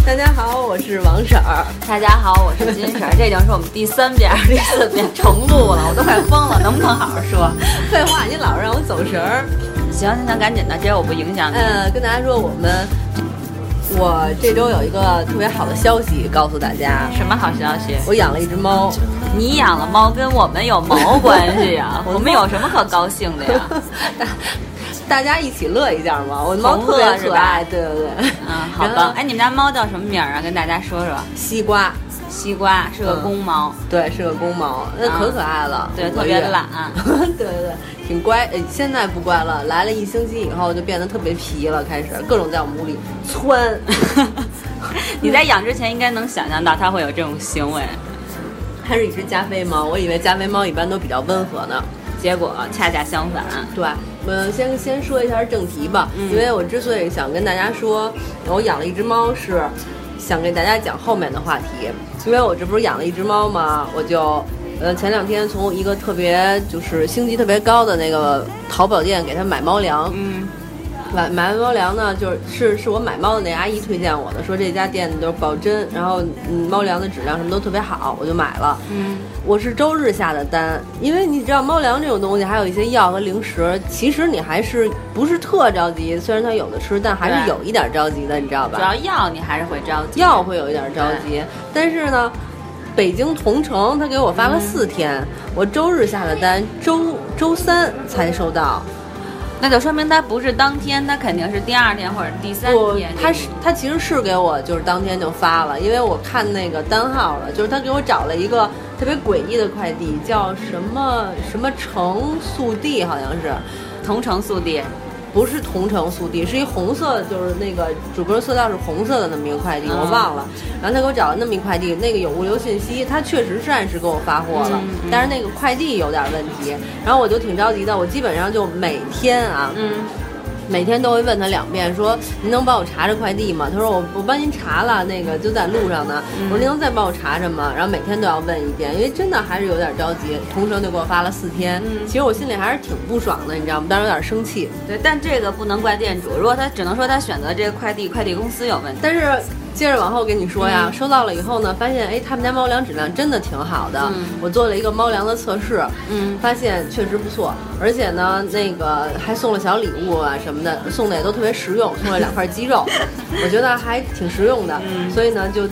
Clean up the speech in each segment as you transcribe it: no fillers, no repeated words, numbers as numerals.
大家好，我是王婶儿。 大家好，我是金婶儿。这已经是我们第3遍、第4遍重录了，我都快疯了，能不能好好说？ 废话，你老是让我走神儿。 行，赶紧的，只要我不影响你。 跟大家说，我这周有一个特别好的消息告诉大家。 什么好消息？ 我养了一只猫。 你养了猫跟我们有毛关系呀？我们有什么可高兴的呀？ 大家一起乐一下嘛！我的猫特别可爱，对。 好吧。哎，你们家猫叫什么名啊？跟大家说说。 西瓜是个公猫。 对，是个公猫，那可爱了。 对，特别懒。 对，挺乖。现在不乖了，来了1星期以后就变得特别皮了，开始各种在我们屋里窜。 你在养之前应该能想象到它会有这种行为。 它是一只加菲猫，我以为加菲猫一般都比较温和呢， 结果恰恰相反。 对，先说一下正题吧，因为我之所以想跟大家说我养了一只猫，是想给大家讲后面的话题。因为我这不是养了一只猫吗？我就前2天从一个特别就是星级特别高的那个淘宝店给它买猫粮。买完猫粮呢，是我买猫的那阿姨推荐我的，说这家店都是保真，然后猫粮的质量什么都特别好，我就买了。我是周日下的单，因为你知道猫粮这种东西，还有一些药和零食，其实你还是不是特着急，虽然它有的吃，但还是有一点着急的，你知道吧？ 主要药你还是会着急， 药会有一点着急，但是呢，北京同城他给我发了4天，我周日下的单，周3才收到。 那就说明它不是当天，它肯定是第2天或者第3天。 他其实是给我就是当天就发了，因为我看那个单号了，就是他给我找了一个特别诡异的快递，叫什么城速递，好像是同城速递。 不是同城速递，是一红色，就是那个主播色调是红色的那么一个快递，我忘了。然后他给我找了那么一快递，那个有物流信息，他确实是按时给我发货了，但是那个快递有点问题，然后我就挺着急的，我基本上就每天都会问他2遍，说您能帮我查查快递吗？他说我帮您查了，那个就在路上呢。我说您能再帮我查查吗？然后每天都要问1遍，因为真的还是有点着急。同城就给我发了4天，其实我心里还是挺不爽的，你知道吗？当时有点生气。 对，但这个不能怪店主，如果他只能说他选择这个快递公司有问题。 但是接着往后跟你说呀，收到了以后呢，发现他们家猫粮质量真的挺好的。我做了一个猫粮的测试，发现确实不错，而且呢，那个还送了小礼物啊什么的，送的也都特别实用，送了2块鸡肉，我觉得还挺实用的。所以呢，就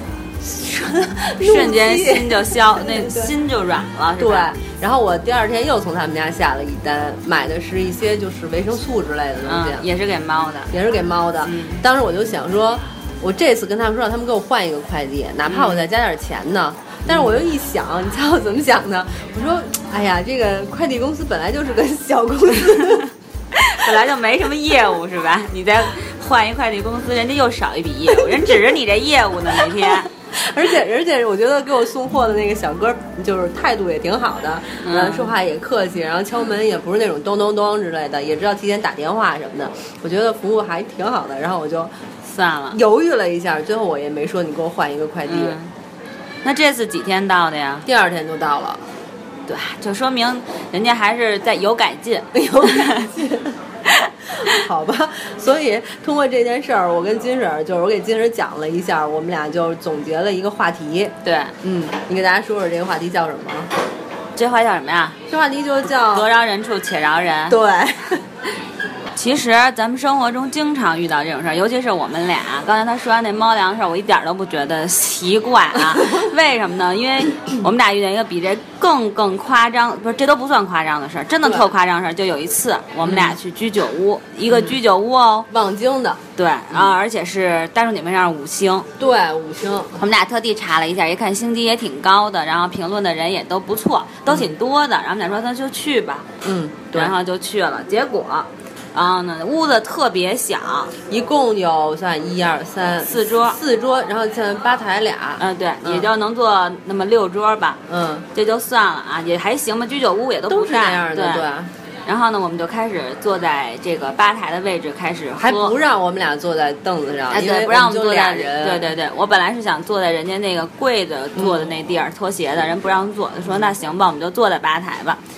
瞬间心就心就软了，是吧？ 对。然后我第2天又从他们家下了一单，买的是一些就是维生素之类的东西， 也是给猫的。 当时我就想说，我这次跟他们说让他们给我换一个快递，哪怕我再加点钱呢。但是我又一想，你猜我怎么想的？我说，哎呀，这个快递公司本来就是个小公司， 本来就没什么业务，是吧？你再换一快递公司，人家又少一笔业务，人指着你这业务呢，每天。 而且我觉得给我送货的那个小哥就是态度也挺好的，说话也客气，然后敲门也不是那种咚咚咚之类的，也知道提前打电话什么的，我觉得服务还挺好的。然后我就算了， 犹豫了一下，最后我也没说你给我换一个快递。 那这次几天到的呀？ 第2天就到了。 对，就说明人家还是在有改进。 好吧，所以通过这件事儿，我跟金婶就是我给金婶讲了一下，我们俩就总结了一个话题。 对， 你给大家说说这个话题叫什么？ 这话叫什么呀？ 这话题就叫得饶人处且饶人。 对。 其实咱们生活中经常遇到这种事儿，尤其是我们俩。刚才他说完那猫粮事儿，我一点都不觉得奇怪啊。为什么呢？因为我们俩遇见一个比这更夸张，不是，这都不算夸张的事儿，真的特夸张的事儿。就有一次，我们俩去居酒屋，一个居酒屋哦， 望京的。 对，然后而且是大众点评上5星。 对，5星。 我们俩特地查了一下，一看星级也挺高的，然后评论的人也都不错，都挺多的。然后我们俩说那就去吧。 对， 然后就去了，结果。然后呢，屋子特别小， 一共有算1、2、3、4桌，然后像吧台俩， 对，也就能坐那么6桌吧，这就算了啊，也还行吧，居酒屋也都不是那样的，对。 然后呢，我们就开始坐在这个吧台的位置开始喝， 还不让我们俩坐在凳子上， 对，不让我们坐在人。 对，我本来是想坐在人家那个跪着坐的那地儿，拖鞋的人不让坐，说那行吧，我们就坐在吧台吧。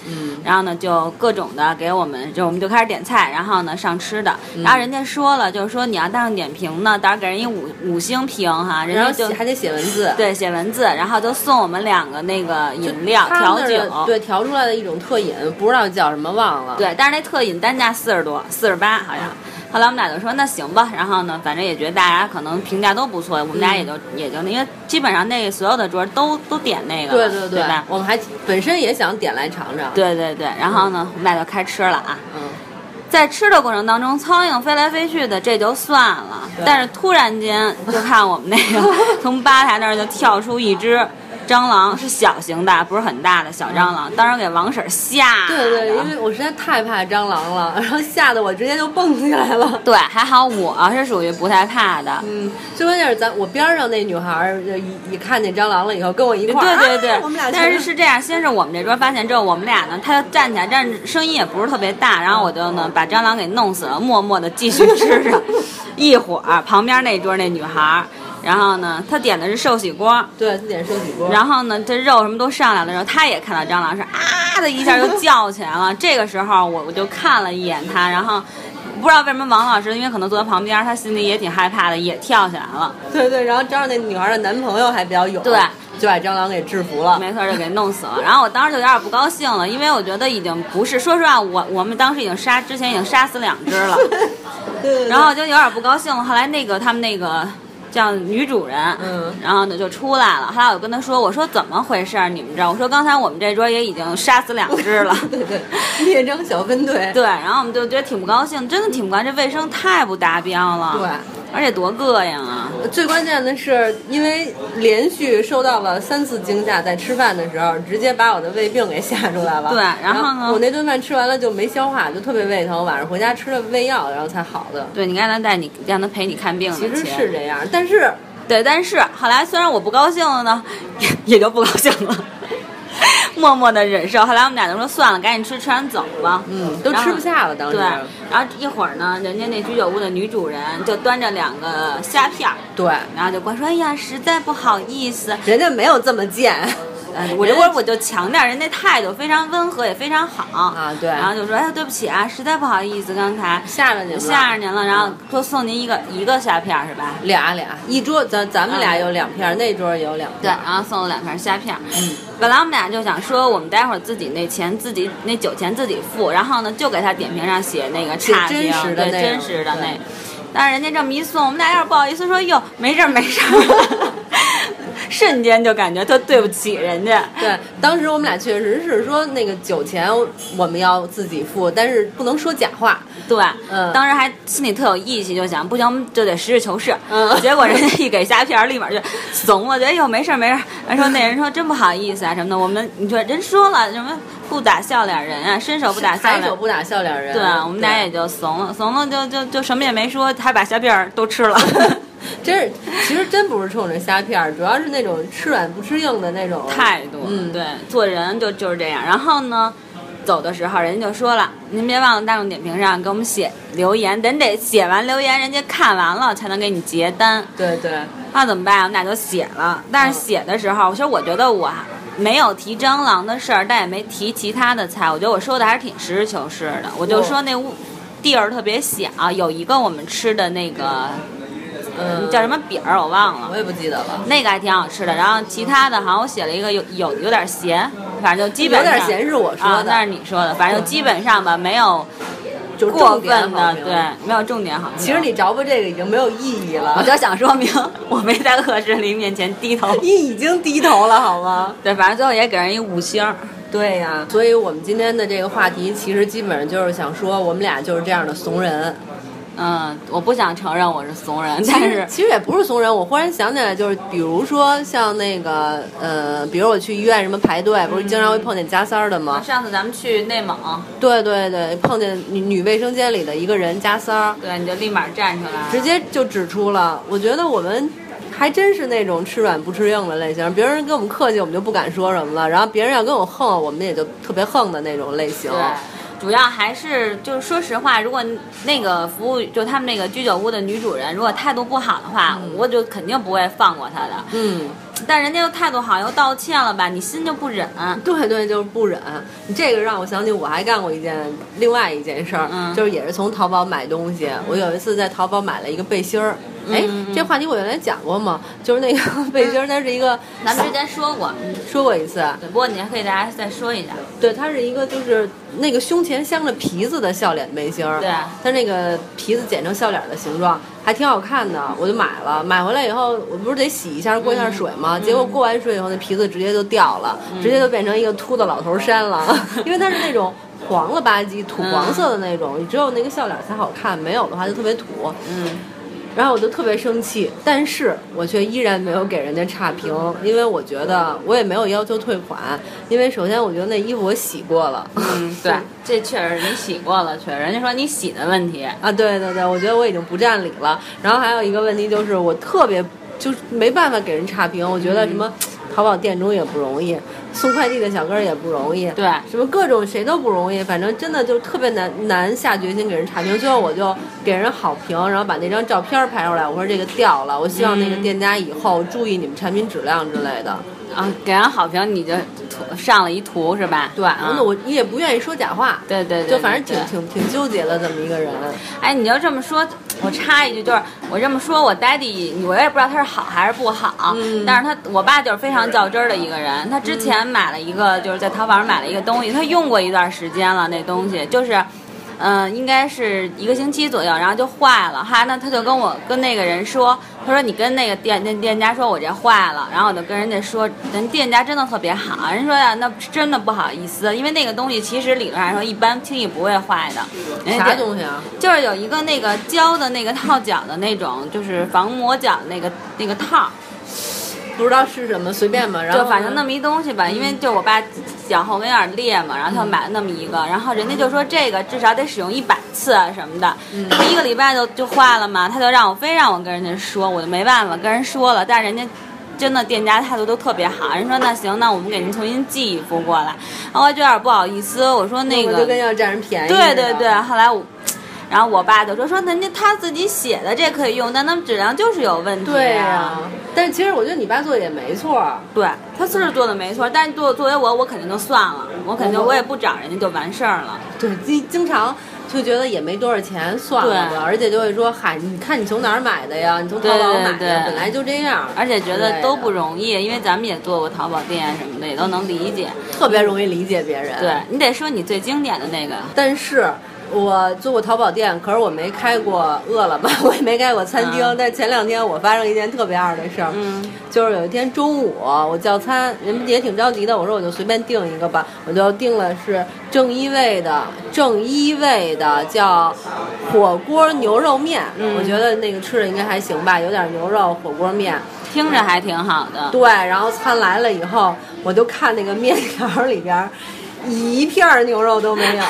然后呢就各种的给我们，就我们就开始点菜，然后呢上吃的，然后人家说了，就是说你要当上点评呢，到时候给人一五星评哈，人家就还得写文字， 对，写文字，然后就送我们2个那个饮料调酒， 对，调出来的一种特饮，不知道叫什么忘了， 对，但是那特饮单价40多，48好像。后来我们俩就说那行吧，然后呢，反正也觉得大家可能评价都不错，我们俩也就因为基本上那所有的桌都点那个， 对吧？ 我们还本身也想点来尝尝， 对，然后呢，我们俩就开吃了啊。在吃的过程当中，苍蝇飞来飞去的这就算了，但是突然间就看我们那个从吧台那儿就跳出一只蟑螂，是小型的，不是很大的小蟑螂，当时给王婶吓的。 对，因为我实在太怕蟑螂了，然后吓得我直接就蹦起来了。 对，还好我是属于不太怕的。 最关键是我边上那女孩就一看见蟑螂了以后跟我一块儿，对， 我们俩。 但是这样，先是我们这桌发现之后，我们俩呢，他就站起来，但是声音也不是特别大，然后我就呢把蟑螂给弄死了，默默的继续吃着。一会儿旁边那桌那女孩。然后呢，他点的是寿喜锅， 对，他点寿喜锅。 然后呢，这肉什么都上来的时候，他也看到蟑螂是啊的一下就叫起来了。这个时候我就看了一眼他，然后不知道为什么王老师，因为可能坐在旁边，他心里也挺害怕的，也跳起来了。 对，然后正好那女孩的男朋友还比较勇， 对， 就把蟑螂给制服了。 没错，就给弄死了。然后我当时就有点不高兴了，因为我觉得已经不是，说实话，我们当时之前已经杀死2只了， 对， 然后我就有点不高兴了。后来他们那个。叫女主人，然后呢就出来了。后来我跟他说，我说怎么回事？你们这儿？我说刚才我们这桌也已经杀死2只了。 对，列张小分队。 对，然后我们就觉得挺不高兴，真的挺不高兴，这卫生太不达标了。 对， 而且多膈应啊！ 最关键的是，因为连续受到了3次惊吓，在吃饭的时候，直接把我的胃病给吓出来了。 对，然后呢， 我那顿饭吃完了就没消化，就特别胃疼，晚上回家吃了胃药，然后才好的。 对，你让他让他陪你看病的， 其实是这样，但是后来虽然我不高兴了呢，也就不高兴了。默默的忍受，后来我们俩就说算了，赶紧吃完走吧。 都吃不下了当时。 对，然后一会儿呢，人家那居酒屋的女主人就端着2个虾片， 对， 然后就光说哎呀，实在不好意思， 人家没有这么贱。 我就强调人家态度非常温和，也非常好啊。对， 然后就说哎对不起啊，实在不好意思，刚才吓着您了， 然后说送您一个虾片是吧？ 俩，一桌咱们俩有2片，那桌也有2片。 对，然后送了2片虾片。本来我们俩就想说，我们待会儿自己那酒钱自己付，然后呢就给他点评上写那个差评，对，真实的那。但是人家这么一送，我们俩有点不好意思说哟，没事。瞬间就感觉特对不起人家。 对，当时我们俩确实是说那个酒钱我们要自己付，但是不能说假话。 对，当时还心里特有义气，就想不行就得实事求是。结果人家一给虾片，立马就怂了，觉得哎呦没事。人说真不好意思啊什么的，你说人说了什么不打笑脸人啊，伸手不打笑脸， 抬手不打笑脸人。 对，我们俩也就怂了就什么也没说，还把虾片都吃了。 其实真不是冲着虾片，主要是那种吃软不吃硬的那种态度。对，做人就是这样。然后呢，走的时候人家就说了，您别忘了大众点评上给我们写留言，得写完留言，人家看完了才能给你结单。 对， 那怎么办？我们俩就写了，但是写的时候，其实我觉得我没有提蟑螂的事儿，但也没提其他的菜。我觉得我说的还是挺实事求是的。我就说那地儿特别小，有一个我们吃的那个。叫什么饼儿我忘了， 我也不记得了。 那个还挺好吃的，然后其他的好像我写了一个有点咸，反正就基本上有点咸是我说的， 那是你说的，反正就基本上吧，没有过分的，对，没有重点好评。 其实你着不这个已经没有意义了， 我就想说明我没在恶势力面前低头， 你已经低头了好吗？ 对，反正最后也给人一5星。 对呀，所以我们今天的这个话题其实基本上就是想说，我们俩就是这样的怂人。 我不想承认我是怂人，但是其实也不是怂人。我忽然想起来，就是比如说像那个比如我去医院什么排队，不是经常会碰见加塞儿的吗？ 上次咱们去内蒙， 对，碰见女卫生间里的一个人加塞儿， 对，你就立马站出来， 直接就指出了。我觉得我们还真是那种吃软不吃硬的类型，别人跟我们客气，我们就不敢说什么了；然后别人要跟我横，我们也就特别横的那种类型。 对。主要还是就是说实话，如果那个服务就他们那个居酒屋的女主人如果态度不好的话，我就肯定不会放过她的。 但人家又态度好又道歉了吧，你心就不忍。 对对，就是不忍。你这个让我想起我还干过另外一件事儿，就是也是从淘宝买东西。我有一次在淘宝买了一个背心儿。哎，这话题我原来讲过吗？就是那个背心儿，它是一个， 咱们之前说过一次。 对，不过你还可以大家再说一下。 对，它是一个就是那个胸前镶着皮子的笑脸背心儿。 对， 它那个皮子剪成笑脸的形状，还挺好看的，我就买了。买回来以后，我不是得洗一下、过一下水吗？结果过完水以后，那皮子直接就掉了，直接就变成一个秃的老头衫了，因为它是那种黄了吧唧、土黄色的那种，只有那个笑脸才好看，没有的话就特别土。然后我就特别生气，但是我却依然没有给人家差评，因为我觉得我也没有要求退款，因为首先我觉得那衣服我洗过了。 对，这确实你洗过了，确实人家说你洗的问题啊，对对对，我觉得我已经不占理了。然后还有一个问题就是我特别就是没办法给人差评，我觉得什么淘宝店中也不容易，送快递的小哥也不容易， 对， 什么各种谁都不容易，反正真的就特别难下决心给人差评。最后我就给人好评，然后把那张照片拍出来，我说这个掉了，我希望那个店家以后注意你们产品质量之类的。 啊，给人好评你就上了一图是吧？ 对，那我也不愿意说假话。 对对对， 就反正挺纠结的这么一个人。 哎，你要这么说，我插一句，就是我这么说，我 daddy 我也不知道他是好还是不好，但是我爸就是非常较真儿的一个人。他之前买了一个，就是在淘宝上买了一个东西，他用过一段时间了，那东西就是。应该是1个星期左右，然后就坏了。后来呢，他就跟那个人说，他说你跟那个店家说我这坏了，然后我就跟人家说，人店家真的特别好，人说呀，那真的不好意思，因为那个东西其实理论上来说一般轻易不会坏的。 啥东西啊？ 就是有一个那个胶的那个套脚的那种，就是防磨脚的那个套。 不知道是什么，随便吧。然后就反正那么一东西吧，因为就我爸脚后跟有点裂嘛，然后他买了那么一个，然后人家就说这个至少得使用100次什么的，1个礼拜就坏了嘛，他就非让我跟人家说，我就没办法跟人说了，但是人家真的店家态度都特别好，人说那行，那我们给您重新寄一副过来，然后我就有点不好意思，我说那个就跟要占人便宜。 对对对，后来然后我爸就说人家他自己写的这可以用，但他们质量就是有问题。 对呀，但是其实我觉得你爸做的也没错。 对，他是做的没错，但是作为我肯定就算了，我也不找人家就完事儿了。 对，经常就觉得也没多少钱，算了吧。而且就会说嗨，你看你从哪儿买的呀？你从淘宝买的，本来就这样。 而且觉得都不容易，因为咱们也做过淘宝店什么的，也都能理解， 特别容易理解别人。 对，你得说你最经典的那个。 但是我做过淘宝店，可是我没开过饿了么，我也没开过餐厅。但前2天我发生一件特别二的事儿，就是有一天中午我叫餐，人们也挺着急的，我说我就随便订一个吧，我就订了是正一味的叫火锅牛肉面，我觉得那个吃的应该还行吧，有点牛肉火锅面， 听着还挺好的。 对，然后餐来了以后，我就看那个面条里边一片牛肉都没有。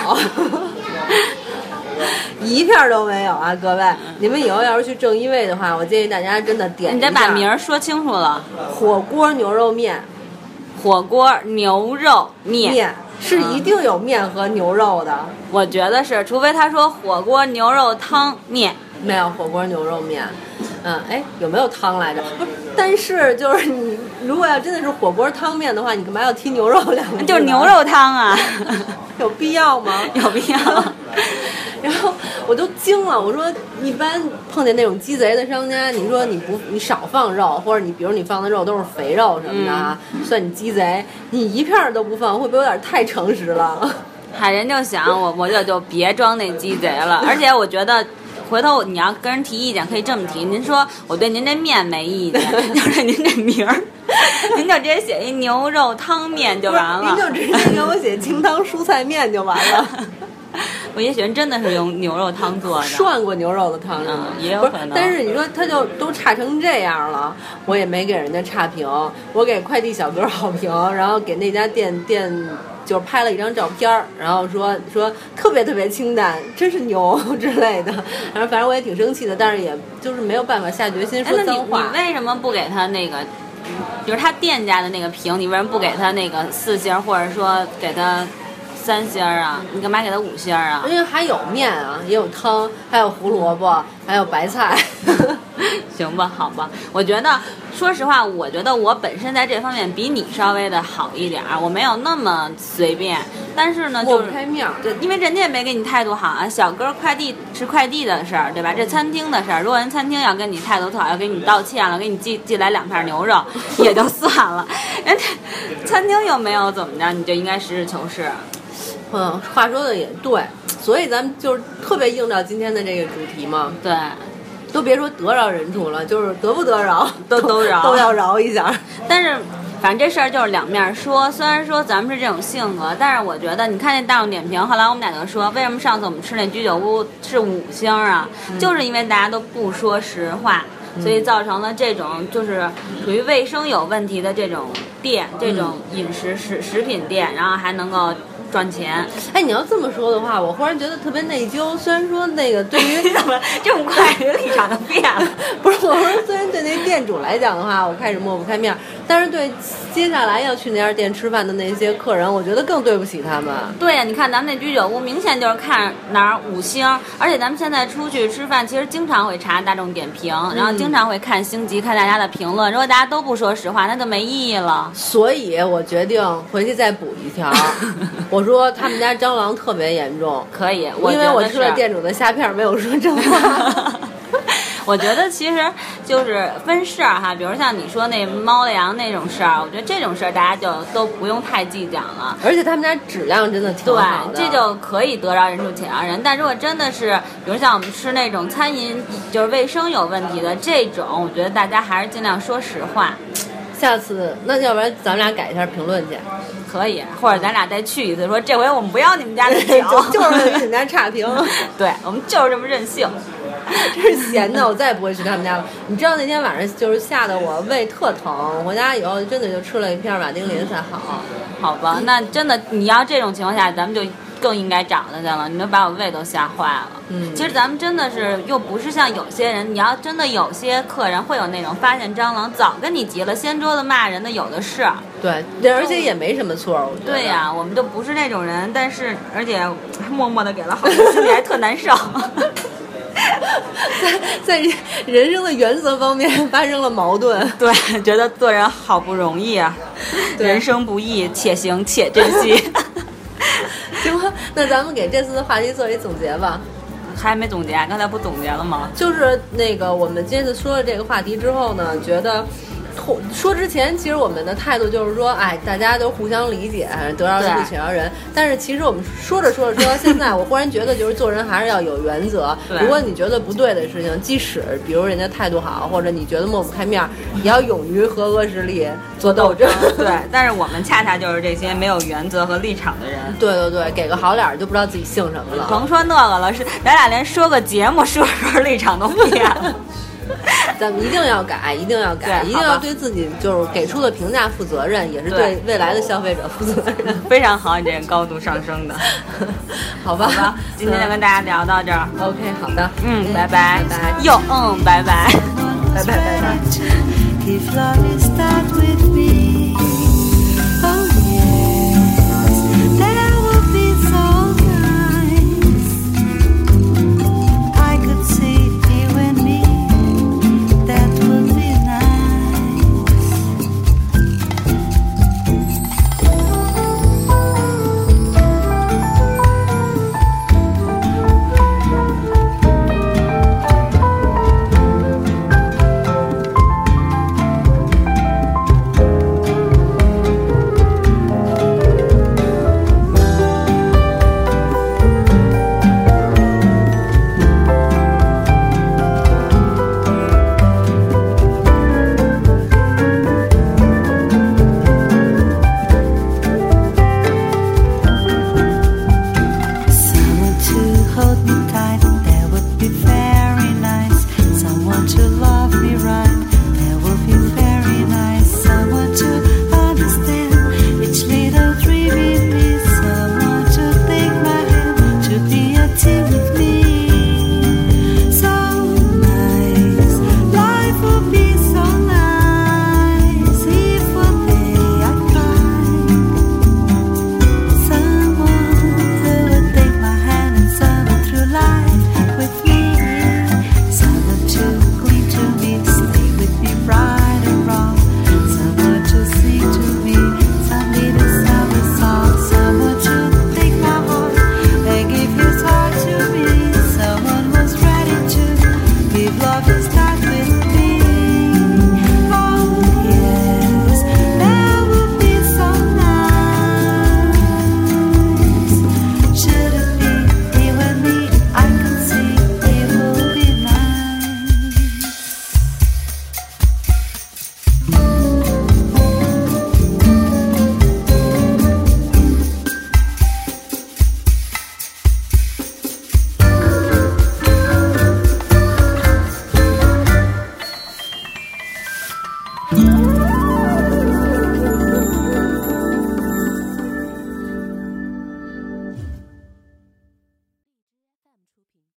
一片都没有啊！各位，你们以后要是去正一味的话，我建议大家真的点一下。 你得把名儿说清楚了。 火锅牛肉面， 火锅牛肉面是一定有面和牛肉的。 我觉得是，除非他说火锅牛肉汤面， 没有火锅牛肉面。哎，有没有汤来着？不是，但是就是你如果要真的是火锅汤面的话，你干嘛要提牛肉2个字？ 就是牛肉汤啊， 有必要吗？ 有必要。 然后我都惊了，我说一般碰见那种鸡贼的商家，你说你少放肉，或者比如你放的肉都是肥肉什么的啊，算你鸡贼，你一片都不放，会不会有点太诚实了？ 嗨，人就想我就别装那鸡贼了，而且我觉得。回头你要跟人提意见，可以这么提。您说我对您这面没意见，就是您这名儿，您就直接写一牛肉汤面就完了。 您就直接给我写清汤蔬菜面就完了。 我也许人真的是用牛肉汤做的， 涮过牛肉的汤， 也有可能。 但是你说他就都差成这样了，我也没给人家差评，我给快递小哥好评，然后给那家店就是拍了一张照片，然后说特别特别清淡，真是牛之类的。然后反正我也挺生气的，但是也就是没有办法下决心说脏话。 你为什么不给他那个，就是他店家的那个评，你为什么不给他那个4星，或者说给他3星啊？你干嘛给他5星啊？ 因为还有面啊，也有汤，还有胡萝卜，还有白菜。 行吧，好吧，我觉得，说实话，我觉得我本身在这方面比你稍微的好一点，我没有那么随便，但是呢，就是开面， 对，因为人家也没给你态度好啊。小哥快递是快递的事儿，对吧？这餐厅的事儿，如果人餐厅要跟你态度好，要给你道歉了，给你寄来2片牛肉，也就算了，人家餐厅又没有怎么着，你就应该实事求是。 话说的也对，所以咱们就是特别应到今天的这个主题嘛。 对。 都别说得饶人处了，就是得不得饶都饶， 都要饶一下。 但是反正这事儿就是两面说，虽然说咱们是这种性格，但是我觉得你看那大众点评，后来我们俩就说，为什么上次我们吃那居酒屋是5星啊？就是因为大家都不说实话，所以造成了这种就是属于卫生有问题的这种店，这种饮食食品店，然后还能够赚钱。 哎，你要这么说的话，我忽然觉得特别内疚。虽然说那个对于怎么这么快立场就变了？ 不是，我说虽然对那店主来讲的话，我开始抹不开面，但是对接下来要去那家店吃饭的那些客人，我觉得更对不起他们。 对呀，你看咱们那居酒屋，明显就是看哪儿5星，而且咱们现在出去吃饭，其实经常会查大众点评，然后经常会看星级，看大家的评论。如果大家都不说实话，那就没意义了。 所以我决定回去再补一条。我说他们家蟑螂特别严重， 可以， 因为我吃了店主的虾片，没有说真话。 我觉得其实就是分事儿哈，比如像你说那猫粮那种事儿，我觉得这种事儿大家就都不用太计较了。 而且他们家质量真的挺好的， 对，这就可以得饶人处且饶人。但如果真的是，比如像我们吃那种餐饮就是卫生有问题的这种，我觉得大家还是尽量说实话。 下次那要不然咱们俩改一下评论去。 可以，或者咱俩再去一次，说这回我们不要你们家的酒， 就是你们家差评。 对，我们就是这么任性。 真是闲的，我再也不会去他们家了。你知道那天晚上就是吓得我胃特疼，回家以后真的就吃了一片马丁林才好。 好吧，那真的你要这种情况下，咱们就更应该找他去了，你就把我胃都吓坏了。其实咱们真的是又不是像有些人，你要真的有些客人会有那种发现蟑螂早跟你急了，掀桌子骂人的有的是。 对，而且也没什么错。 对呀，我们就不是那种人，但是而且默默的给了好多，心里还特难受。 在人生的原则方面发生了矛盾。 对，觉得做人好不容易啊，人生不易，且行且珍惜。 行吧，那咱们给这次的话题做一总结吧。 还没总结，刚才不总结了吗？ 就是那个我们这次说了这个话题之后呢，觉得说之前，其实我们的态度就是说，哎，大家都互相理解，得饶人处且饶人。但是其实我们说着说到现在，我忽然觉得，就是做人还是要有原则。如果你觉得不对的事情，即使比如人家态度好，或者你觉得抹不开面，也要勇于和恶势力做斗争。 对，但是我们恰恰就是这些没有原则和立场的人。 对对对，给个好脸就不知道自己姓什么了。 甭说那个了，是咱俩连说个节目说立场都变了。 咱们一定要改，一定要改，一定要对自己就是给出的评价负责任，也是对未来的消费者负责任。 非常好，你这个高度上升的。 好吧， 今天就跟大家聊到这儿。 OK， 好的， 拜拜，拜拜。哟，拜拜， 拜拜，拜拜。 If love is start with me